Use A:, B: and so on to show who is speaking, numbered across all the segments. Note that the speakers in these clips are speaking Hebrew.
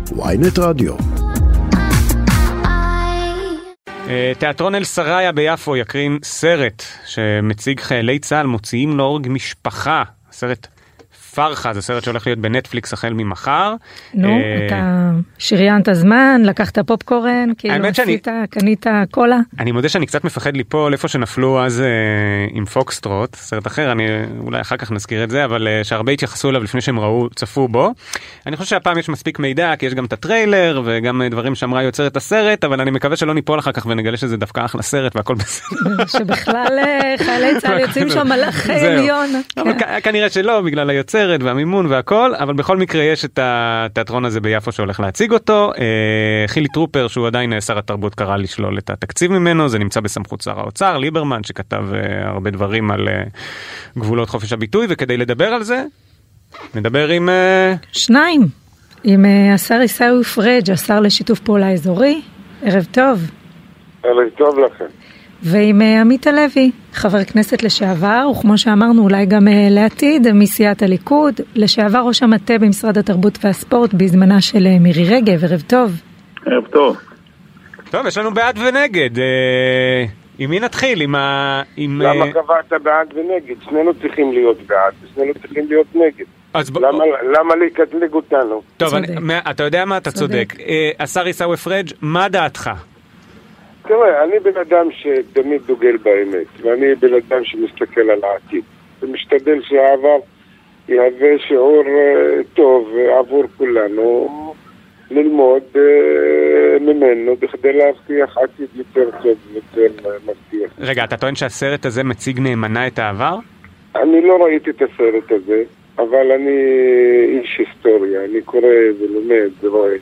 A: ynet רדיו.
B: תיאטרון אל סריה ביפו יקרין סרט שמציג חיילי צה"ל מוציאים להורג משפחה. סרט פרחה, זה סרט שהולך להיות בנטפליקס החל ממחר.
C: נו, אתה שריינת זמן, לקחת פופקורן, כאילו עשית, קנית קולה.
B: אני מודה שאני קצת מפחד ליפול איפה שנפלו אז עם פוקסטרוט, סרט אחר, אני אולי אחר כך נזכיר את זה, אבל שהרבה התייחסו אליו לפני שהם צפו בו. אני חושב שהפעם יש מספיק מידע, כי יש גם את הטריילר וגם דברים שאמרה יוצרת הסרט, אבל אני מקווה שלא ניפול אחר כך ונגלה שזה דווקא אחלה סרט והכל בסדר.
C: שבכלל חיילי צה"ל יוצאים שם מלאך עליון.
B: כנראה שלא, בגלל היוצרת והמימון והכל, אבל בכל מקרה יש את התיאטרון הזה ביפו שהולך להציג אותו. חילי טרופר, שהוא עדיין שר התרבות, קרא לשלול את התקציב ממנו, זה נמצא בסמכות שר האוצר, ליברמן, שכתב הרבה דברים על גבולות חופש הביטוי, וכדי לדבר על זה, נדבר עם
C: שניים, עם השר עיסאווי פריג', השר לשיתוף פעולה אזורי. ערב טוב.
D: ערב טוב לכם.
C: ועם עמית הלוי, חבר כנסת לשעבר, וכמו שאמרנו אולי גם לעתיד, מסיעת הליכוד, לשעבר ראש המטה במשרד התרבות והספורט בזמנה של מירי רגב. ערב טוב.
D: ערב טוב.
B: טוב, יש לנו בעד ונגד. עם מי נתחיל?
D: למה קבעת בעד ונגד? שנינו צריכים להיות בעד, ושנינו צריכים להיות נגד. למה לקטלג אותנו?
B: טוב, אתה יודע מה? אתה צודק. השר עיסאווי פריג', מה דעתך?
D: תראה, אני בן אדם שתמיד דוגל באמת, ואני בן אדם שמסתכל על העתיד, ומשתדל שהעבר יהווה שיעור טוב עבור כולנו, ללמוד ממנו בכדי להבטיח עתיד יותר טוב ויותר מבטיח.
B: רגע, אתה טוען שהסרט הזה מציג נאמנה את העבר?
D: אני לא ראיתי את הסרט הזה, אבל אני איש היסטוריה, אני קורא ולומד ורואה.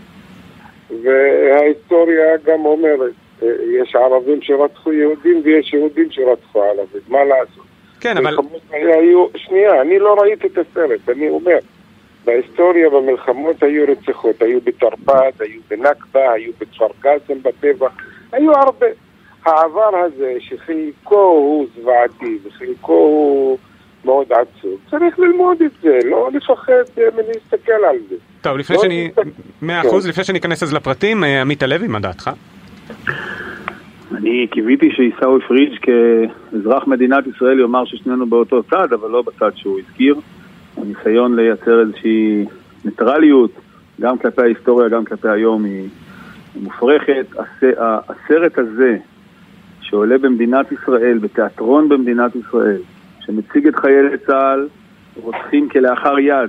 D: וההיסטוריה גם אומרת, יש ערבים שרצחו יהודים ויש יהודים שרצחו ערבים, מה לעשות?
B: כן, אבל...
D: שנייה, אני לא ראיתי את הסרט, אני אומר, בהיסטוריה במלחמות היו רציחות, היו בתרפ"ט, היו בנכבה, היו בכפר קאסם בטבח, היו הרבה. העבר הזה שחלקו הוא זוועתי וחלקו הוא מאוד עצוב, צריך ללמוד את זה, לא לפחד מלהסתכל על זה.
B: טוב, לפני שאני... 100%, לפני שאני אכנס אז לפרטים, עמית הלוי, מה דעתך?
E: אני קיוויתי שעיסאווי פריג' כאזרח מדינת ישראל יאמר ששנינו באותו צד, אבל לא בצד שהוא הזכיר. הניסיון לייצר איזושהי ניטרליות, גם כלפי ההיסטוריה, גם כלפי היום, היא מופרכת. הסרט הזה שעולה במדינת ישראל, בתיאטרון במדינת ישראל, שמציג את חיילי צה"ל, רוצחים כלאחר יד,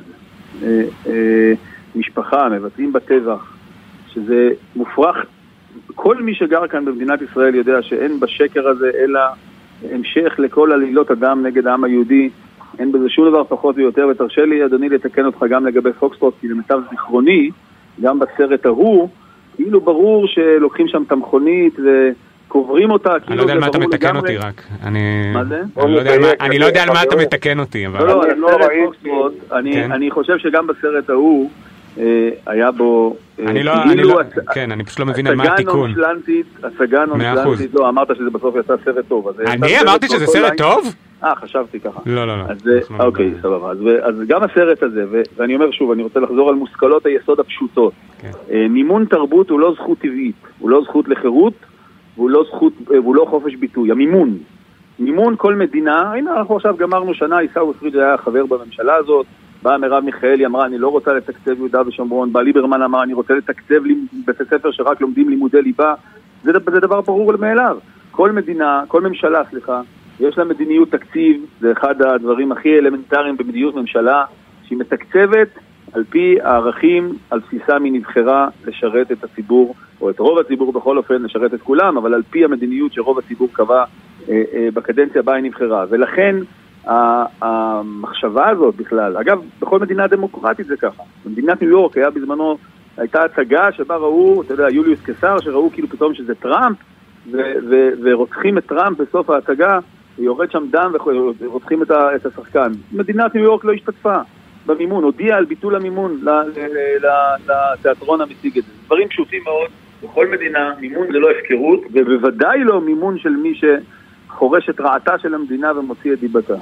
E: משפחה, מבצעים בטבח, שזה מופרך. כל מי שגר כאן במדינת ישראל יודע שאין בשקר הזה אלא המשך לכל עלילות הדם נגד העם היהודי, אין בזה שום דבר פחות ויותר, ותרשה לי אדוני לתקן אותך גם לגבי פוקסטרוט, כי למיטב זיכרוני, גם בסרט ההוא, כאילו ברור שלוקחים שם את המכונית וקוברים אותה.
B: אני לא יודע על מה אתה מתקן אותי רק.
E: מה זה?
B: אני לא יודע על מה אתה מתקן אותי.
E: לא, אני חושב שגם בסרט ההוא, היה בו
B: אני פשוט לא מבין על מה התיקון.
E: הצגה נונשלנטית, לא, אמרת שזה בסוף יצא סרט טוב.
B: אני אמרתי שזה סרט טוב?
E: חשבתי ככה.
B: לא.
E: אוקיי, סבבה. אז גם הסרט הזה, ואני אומר שוב, אני רוצה לחזור על מושכלות היסוד הפשוטות. מימון תרבות הוא לא זכות טבעית, הוא לא זכות לחירות, והוא לא חופש ביטוי. המימון. מימון כל מדינה, הנה אנחנו עכשיו גמרנו שנה, עיסאווי פריג' היה חבר בממשלה הזאת, באה מרב מיכאלי, אמרה אני לא רוצה לתקצב יהודה ושומרון, בא ליברמן אמר אני רוצה לתקצב בתי ספר שרק לומדים לימודי ליבה, זה דבר ברור מאליו. כל ממשלה, יש לה מדיניות תקציב, זה אחד הדברים הכי אלמנטריים במדיניות ממשלה, שהיא מתקצבת על פי הערכים, על בסיסם היא נבחרה לשרת את הציבור, או את רוב הציבור בכל אופן, לשרת את כולם, אבל על פי המדיניות שרוב הציבור קבע בקדנציה בה היא נבחרה. ולכן המחשבה הזאת בכלל, אגב, בכל מדינה דמוקרטית זה ככה. במדינת ניו יורק היה בזמנו, הייתה הצגה שבה ראו, אתה יודע, יוליוס קיסר, שראו כאילו פתאום שזה טראמפ, ורוצחים את טראמפ בסוף ההצגה, ויורד שם דם ורוצחים את השחקן. מדינת ניו יורק לא השתתפה במימון, הודיעה על ביטול המימון לתיאטרון המציג את זה. דברים פשוטים מאוד, בכל מדינה מימון זה לא הפקרות, ובוודאי לא מימון של מי שחורש את רעתה של המדינה ומוציא את דיבתה.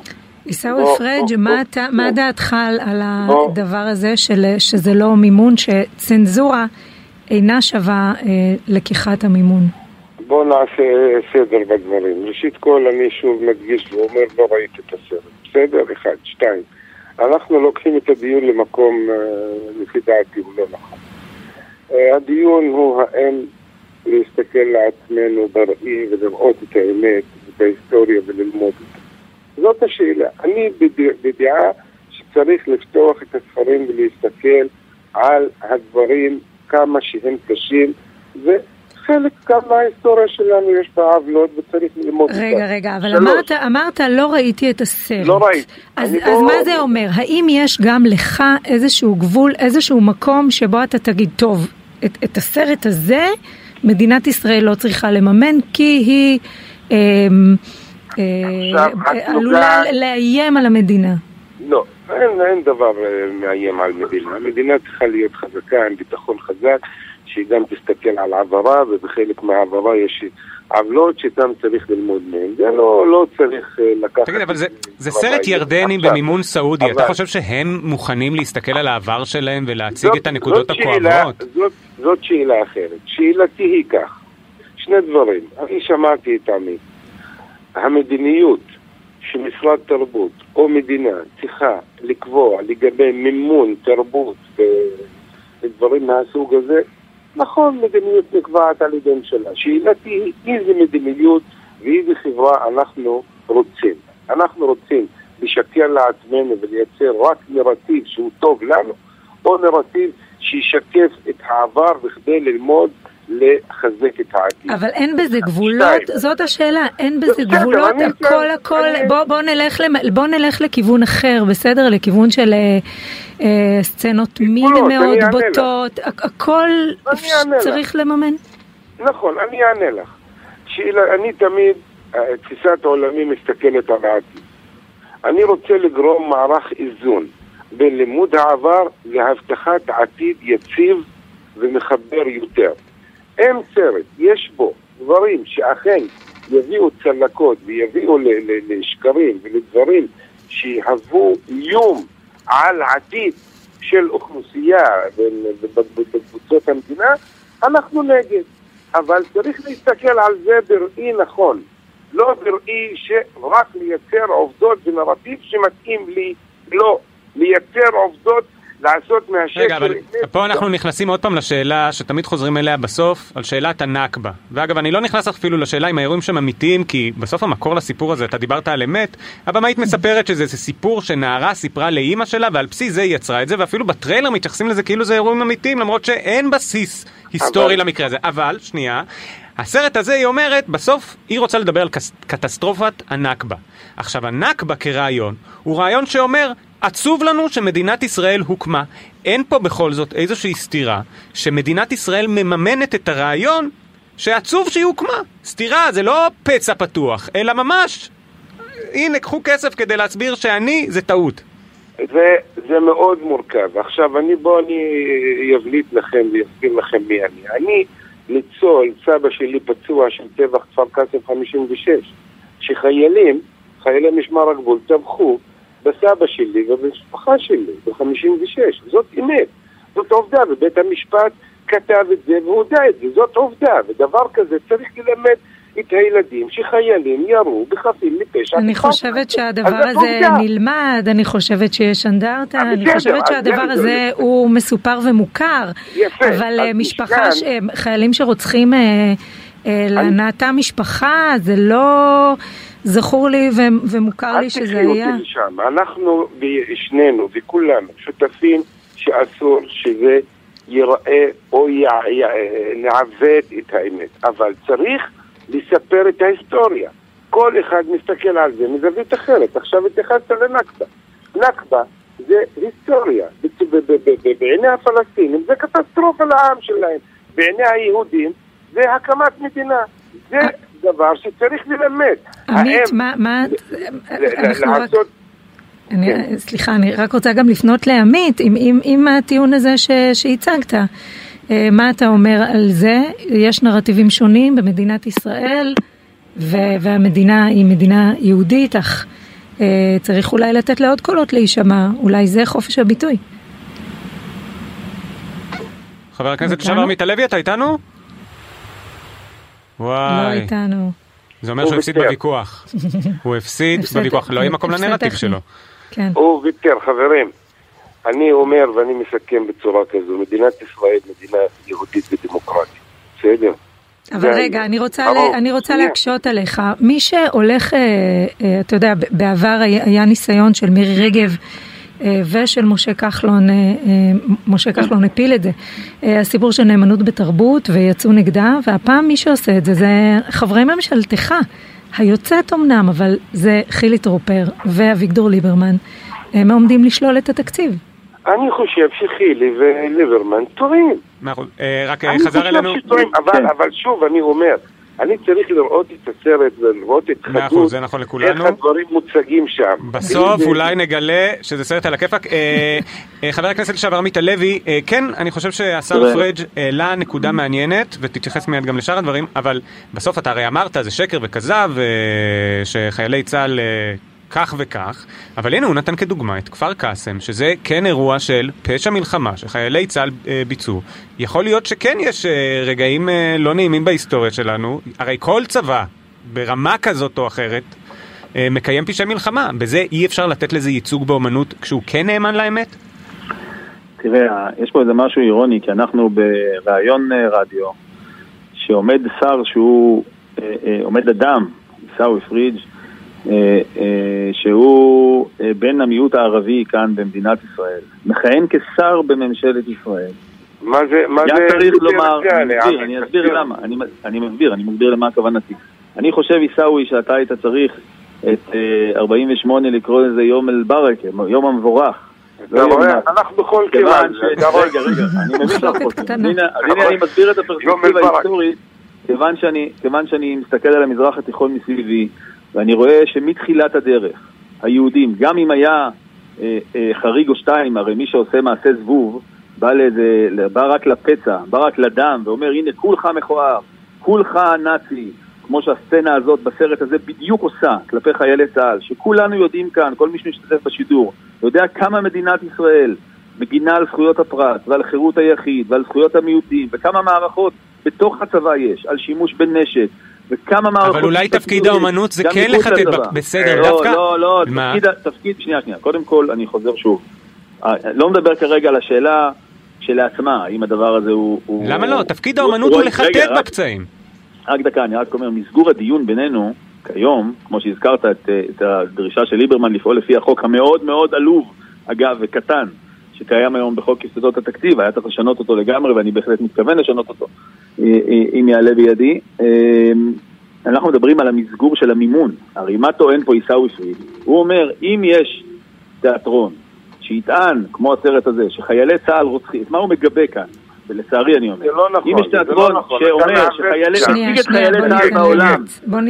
C: עיסאווי פריג', מה דעתך על הדבר הזה שזה לא מימון, שצנזורה אינה שווה לקיחת המימון?
D: בוא נעשה סדר בדברים. ראשית כל אני שוב מדגיש ואומר לא ראיתי את הסרט. בסדר? 1, 2. אנחנו לוקחים את הדיון למקום לפי דעתי הוא לא נכון. הדיון הוא האם להסתכל לעצמנו בראי ולראות את האמת ואת ההיסטוריה וללמוד אותה. זאת השאלה. אני בדעה שצריך לפתוח את הספרים ולהסתכל על הדברים כמה שהם קשים, וחלק כמה ההיסטוריה שלנו יש בה עוולות וצריך ללמוד אותה.
C: רגע, אבל אמרת לא ראיתי את הסרט.
D: לא ראיתי.
C: אז מה זה אומר? האם יש גם לך איזשהו גבול, איזשהו מקום שבו אתה תגיד, טוב, את הסרט הזה מדינת ישראל לא צריכה לממן, כי היא עלולה לאיים על המדינה? לא,
D: אין דבר מאיים על מדינה. המדינה צריכה להיות חזקה, עם ביטחון חזק, שהיא גם תסתכל על עברה, ובחלק מהעברה יש עוולות שגם צריך ללמוד מהן. זה לא צריך לקחת...
B: תגיד, אבל זה סרט ירדני במימון סעודי. אתה חושב שהם מוכנים להסתכל על העבר שלהם ולהציג את הנקודות הכואבות?
D: זאת שאלה אחרת. שאלתי היא כך. שני דברים. אני שמעתי את עמי. המדיניות שמשרד תרבות או מדינה צריכה לקבוע לגבי מימון תרבות ודברים מהסוג הזה, נכון, מדיניות נקבעת על ידי ממשלה. שאלתי היא איזה מדיניות ואיזה חברה אנחנו רוצים. אנחנו רוצים לשקר לעצמנו ולייצר רק נרטיב שהוא טוב לנו, או נרטיב שישקף את העבר בכדי ללמוד לחזק את העתיד.
C: אבל אין בזה גבולות, זאת השאלה, אין בזה גבולות, הכל, בוא נלך לכיוון אחר, בסדר? לכיוון של סצנות מין מאוד בוטות, הכל צריך לממן?
D: נכון, אני אענה לך. אני תמיד, תפיסת העולמי מסתכלת על העתיד. אני רוצה לגרום מערך איזון בין לימוד העבר להבטחת עתיד יציב ומחבר יותר. אין סרט, יש בו דברים שאכן יביאו צלקות ויביאו לשקרים ולדברים שיהוו איום על עתיד של אוכלוסייה בקבוצות המדינה, אנחנו נגד. אבל צריך להסתכל על זה בראי נכון, לא בראי שרק לייצר עובדות ונרטיב שמתאים לי, לא, לייצר עובדות, לעשות מהשקל...
B: רגע, אבל פה אנחנו נכנסים עוד פעם לשאלה שתמיד חוזרים אליה בסוף, על שאלת הנכבה. ואגב, אני לא נכנס אפילו לשאלה אם האירועים שם אמיתיים, כי בסוף המקור לסיפור הזה, אתה דיברת על אמת, הבמאית מספרת שזה סיפור שנערה סיפרה לאמא שלה, ועל בסיס זה היא יצרה את זה, ואפילו בטריילר מתייחסים לזה כאילו זה אירועים אמיתיים, למרות שאין בסיס היסטורי למקרה הזה. אבל, שנייה, הסרט הזה היא אומרת, בסוף היא רוצה לדבר על קטסטרופת הנכבה. עכשיו, הנכבה כרעיון, הוא רעיון שאומר, עצוב לנו שמדינת ישראל הוקמה. אין פה בכל זאת איזושהי סתירה שמדינת ישראל מממנת את הרעיון שעצוב שהיא הוקמה. סתירה זה לא פצע פתוח, אלא ממש, הנה, קחו כסף כדי להסביר שאני, זה טעות.
D: זה מאוד מורכב. עכשיו אני יבליט לכם ויסביר לכם מי אני. אני ניצול, סבא שלי פצוע של טבח כפר קאסם 56, שחיילי משמר הגבול טבחו בסבא שלי ובמשפחה שלי ב-56. זאת אמת, זאת עובדה, ובית המשפט כתב את זה והודע את זה, זאת עובדה, ודבר כזה צריך ללמד את הילדים שחיילים ירו בחפים מפשע.
C: אני חושבת שהדבר הזה נלמד, אני חושבת שיש אנדרטה, אני חושבת שהדבר הזה הוא מסופר ומוכר, אבל משפחה, חיילים שרוצחים להנאתה משפחה, זה לא זכור לי ומוכר לי שזה היה.
D: אנחנו שנינו וכולנו שותפים שאסור שזה ייראה או נעוות את האמת, אבל צריך לספר את ההיסטוריה. כל אחד מסתכל על זה מזווית אחרת. עכשיו התייחסת לנכבה. נכבה זה היסטוריה. בעיני הפלסטינים זה קטסטרופה לעם שלהם. בעיני היהודים זה הקמת מדינה. זה דבר שצריך ללמד.
C: עמית, סליחה, אני רק רוצה גם לפנות לעמית עם הטיעון הזה שהצגת. מה אתה אומר על זה? יש נרטיבים שונים במדינת ישראל, והמדינה היא מדינה יהודית, אך צריך אולי לתת לעוד קולות להישמע, אולי זה חופש הביטוי.
B: חבר הכנסת לשעבר עמית הלוי, אתה איתנו? וואי.
C: לא איתנו.
B: זה אומר שהוא הפסיד בוויכוח. הוא הפסיד בוויכוח, לא יהיה מקום לנרטיב שלו.
C: כן.
D: הוא ויתר, חברים. אני אומר ואני מסכם בצורה כזו, מדינת ישראל מדינה יהודית ודמוקרטית. בסדר?
C: אבל רגע, אני רוצה להקשות עליך. מי שהולך, אתה יודע, בעבר היה ניסיון של מירי רגב ושל משה כחלון, משה כחלון הפיל את זה. הסיפור של נאמנות בתרבות ויצאו נגדה, והפעם מי שעושה את זה זה חברי ממשלתך, היוצאת אמנם, אבל זה חילי טרופר ואביגדור ליברמן, הם עומדים לשלול את התקציב.
D: אני חושב שחילי וליברמן טועים.
B: רק חזר אלינו.
D: אבל שוב אני אומר, אני צריך לראות את הסרט ולראות את חדות,
B: זה נכון לכולנו.
D: איך הדברים מוצגים שם.
B: בסוף אולי נגלה שזה סרט על הכיפק. חבר הכנסת לשעבר עמית הלוי, כן, אני חושב שהשר פריג' העלה נקודה מעניינת, ותתייחס מיד גם לשאר הדברים, אבל בסוף אתה הרי אמרת, זה שקר וכזב, שחיילי צה"ל כך וכך, אבל הנה הוא נתן כדוגמה את כפר קאסם, שזה כן אירוע של פשע מלחמה, שחיילי צה"ל ביצעו. יכול להיות שכן יש רגעים לא נעימים בהיסטוריה שלנו, הרי כל צבא, ברמה כזאת או אחרת, מקיים פשעי מלחמה. בזה אי אפשר לתת לזה ייצוג באומנות כשהוא כן נאמן לאמת?
E: תראה, יש פה איזה משהו אירוני, כי אנחנו ברעיון רדיו, שעומד שר שהוא, עומד אדם, עיסאווי פריג', שהוא בן המיעוט הערבי כאן במדינת ישראל, מכהן כשר בממשלת ישראל.
D: מה זה?
E: צריך לומר, אני אסביר למה, אני מסביר למה הכוונתי. אני חושב, עיסאווי, שאתה היית צריך את 48 לקרוא לזה יום אל-ברכה, יום המבורך.
D: אנחנו בכל כיוון.
E: רגע, אני מבין לך. הנה אני מסביר את הפרספקטיבה ההיסטורית, כיוון שאני מסתכל על המזרח התיכון מסביבי, ואני רואה שמתחילת הדרך, היהודים, גם אם היה חריג או שתיים, הרי מי שעושה מעשה זבוב, בא רק לפצע, בא רק לדם, ואומר, הנה, כולך מכוער, כולך נאצי, כמו שהסצנה הזאת בסרט הזה בדיוק עושה, כלפי חיילי צה"ל, שכולנו יודעים כאן, כל מי שמשתתף בשידור, יודע כמה מדינת ישראל מגינה על זכויות הפרט, ועל חירות היחיד, ועל זכויות המיעוטים, וכמה מערכות בתוך הצבא יש, על שימוש בנשק, וכמה מערכות...
B: אבל אולי תפקיד האומנות זה כן לחטט בסדר, דווקא?
E: לא, תפקיד, שנייה. קודם כל, אני חוזר שוב. לא מדבר כרגע על השאלה שלעצמה, האם הדבר הזה הוא...
B: למה לא? תפקיד האומנות הוא לחטט בפצעים.
E: רק דקה, אני רק אומר, מסגור הדיון בינינו, כיום, כמו שהזכרת את הדרישה של ליברמן לפעול לפי החוק המאוד מאוד עלוב, אגב, וקטן, שקיים היום בחוק יסודות התקציב, היה צריך לשנות אותו לגמרי, ואני בהחלט מתכוון לשנות אותו, אם יעלה בידי. אנחנו מדברים על המסגור של המימון. הרי מה טוען פה עיסאווי פריג'? הוא אומר, אם יש תיאטרון שיטען, כמו הסרט הזה, שחיילי צה"ל רוצחים, את מה הוא מגבה כאן? ולצערי אני אומר,
D: לא נכון,
E: אם יש תיאטרון שאומר שחיילי צה"ל בעולם,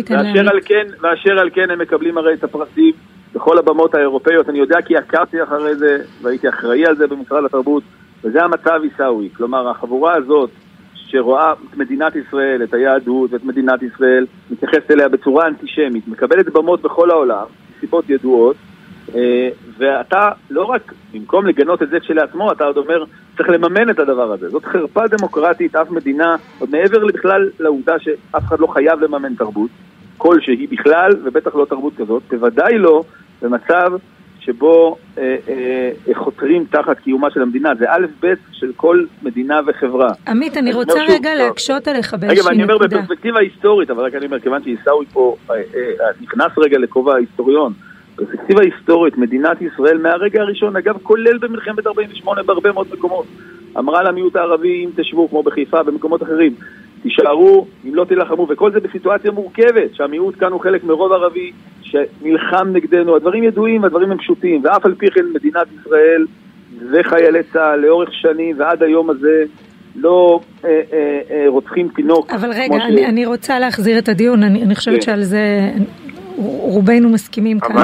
E: ואשר על כן הם מקבלים הרי את הפרסים בכל הבמות האירופאיות, אני יודע כי עקבתי אחרי זה, והייתי אחראי על זה במשרד התרבות, וזה המצב עיסאווי. כלומר, החבורה הזאת שרואה את מדינת ישראל, את היהדות ואת מדינת ישראל, מתייחסת אליה בצורה אנטישמית, מקבלת במות בכל העולם, סיבות ידועות, ואתה לא רק, במקום לגנות את זה כשלעצמו, אתה עוד אומר, צריך לממן את הדבר הזה. זאת חרפה דמוקרטית, אף מדינה, עוד מעבר בכלל לעובדה שאף אחד לא חייב לממן תרבות, כלשהי בכלל, ובטח לא תרבות כזאת, בוודאי לא במצב שבו חותרים תחת קיומה של המדינה. זה א' ב' של כל מדינה וחברה.
C: עמית, אני רוצה רגע להקשות עליך באיזושהי נקודה.
E: אני אומר בפרספקטיבה היסטורית, אבל רק אני אומר, כיוון שעיסאווי פה נכנס רגע לכובע ההיסטוריון, בפרספקטיבה היסטורית, מדינת ישראל מהרגע הראשון, אגב, כולל במלחמת 48 בהרבה מאוד מקומות, אמרה למיעוט הערבי, אם תשבו כמו בחיפה, במקומות אחרים, תישארו, אם לא תלחמו, וכל זה בסיטואציה מורכבת, שהמיעוט כאן הוא חלק מרוב ערבי, שנלחם נגדנו. הדברים ידועים, הדברים הם פשוטים, ואף על פי כן מדינת ישראל וחיילי צה"ל לאורך שנים ועד היום הזה לא רוצחים תינוק.
C: אבל רגע, אני רוצה להחזיר את הדיון, אני חושבת שעל זה רובנו מסכימים כאן.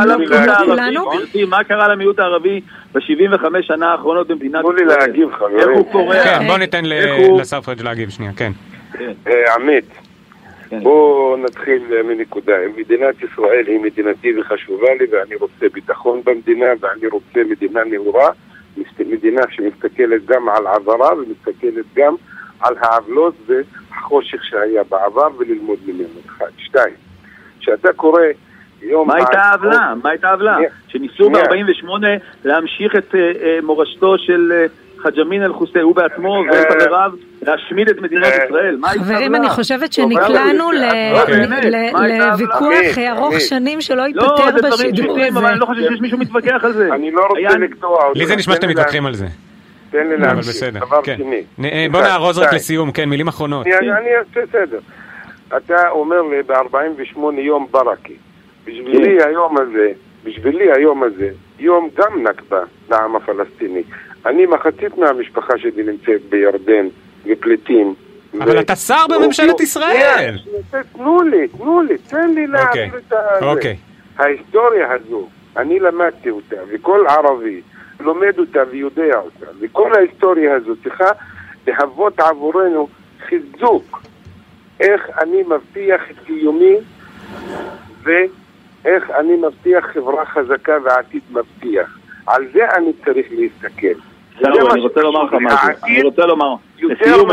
E: מה קרה למיעוט הערבי ב-75 שנה האחרונות במדינת ישראל?
D: בוא לי להגיב, חברים.
B: כן, בוא ניתן לשר פריג' להגיב שנייה, כן.
D: עמית, בואו נתחיל מנקודה. מדינת ישראל היא מדינתי וחשובה לי, ואני רוצה ביטחון במדינה, ואני רוצה מדינה נאורה, מדינה שמסתכלת גם על עברה ומסתכלת גם על העוולות והחושך שהיה בעבר וללמוד ממנו. 1, 2. שאתה קורא יום...
E: מה הייתה העוולה? שניסו ב-48 להמשיך את מורשתו של חאג' אמין אל-חוסייני, הוא בעצמו וחבריו, להשמיד את מדינת ישראל.
C: חברים, אני חושבת שנקלענו לוויכוח ארוך שנים שלא ייפטר בשידור הזה.
E: אבל אני לא חושב שיש מישהו מתווכח על זה.
D: אני לא רוצה לקטוע.
B: לי זה נשמע שאתם מתווכחים על זה.
D: תן לי להמשיך, דבר שני.
B: בוא נארוז רק לסיום, כן, מילים אחרונות.
D: אני אעשה סדר. אתה אומר לי ב-48 יום ברקי. בשבילי היום הזה, יום גם נכבה לעם הפלסטיני. אני מחצית מהמשפחה שלי נמצאת בירדן ופליטים.
B: אבל אתה שר בממשלת ישראל.
D: תנו לי, תן לי להעביר את זה. ההיסטוריה הזו, אני למדתי אותה, וכל ערבי לומד אותה ויודע אותה, וכל ההיסטוריה הזו צריכה להוות עבורנו חיזוק. איך אני מבטיח את קיומי, ואיך אני מבטיח חברה חזקה ועתיד מבטיח. על זה אני צריך להסתכל.
E: אני רוצה לומר לך משהו. לסיום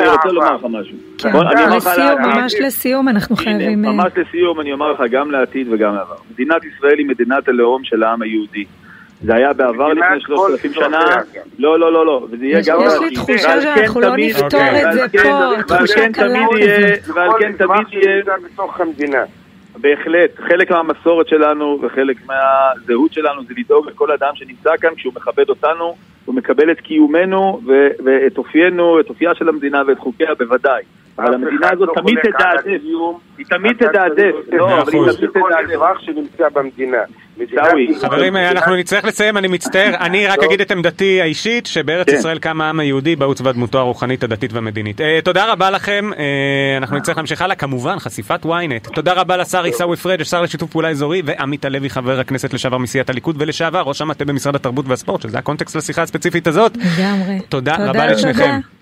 C: ממש לסיום אנחנו חייבים...
E: ממש לסיום אני אומר לך גם לעתיד וגם לעבר. מדינת ישראל היא מדינת הלאום של העם היהודי. זה היה בעבר לפני 3,000 שנה. לא.
C: יש לי תחושה שאנחנו לא נפתור את זה פה. תחושה קלה.
E: ועל כן תמיד יהיה
D: בתוך המדינה.
E: בהחלט, חלק מהמסורת שלנו וחלק מהזהות שלנו זה לדאוג לכל אדם שנמצא כאן כשהוא מכבד אותנו, הוא מקבל את קיומנו ואת אופיינו, את אופייה של המדינה ואת חוקיה בוודאי. אבל המדינה הזאת תמיד תדעדף, היא תמיד תדעדף, אבל היא תמיד תדעדף
D: שנמצא במדינה.
B: חברים, אנחנו נצטרך לסיים, אני מצטער, אני רק אגיד את עמדתי האישית, שבארץ ישראל קם העם היהודי, בה עוצבה דמותו הרוחנית, הדתית והמדינית. תודה רבה לכם, אנחנו נצטרך להמשיך הלאה, כמובן, חשיפת ynet. תודה רבה לשר עיסאווי פריג', שר לשיתוף פעולה אזורי, ועמית הלוי, חבר הכנסת לשעבר מסיעת הליכוד, ולשעבר ראש המטה במשרד התרבות והספורט, שזה הקונטקסט לשיחה הספציפית הזאת. תודה רבה לשניכם.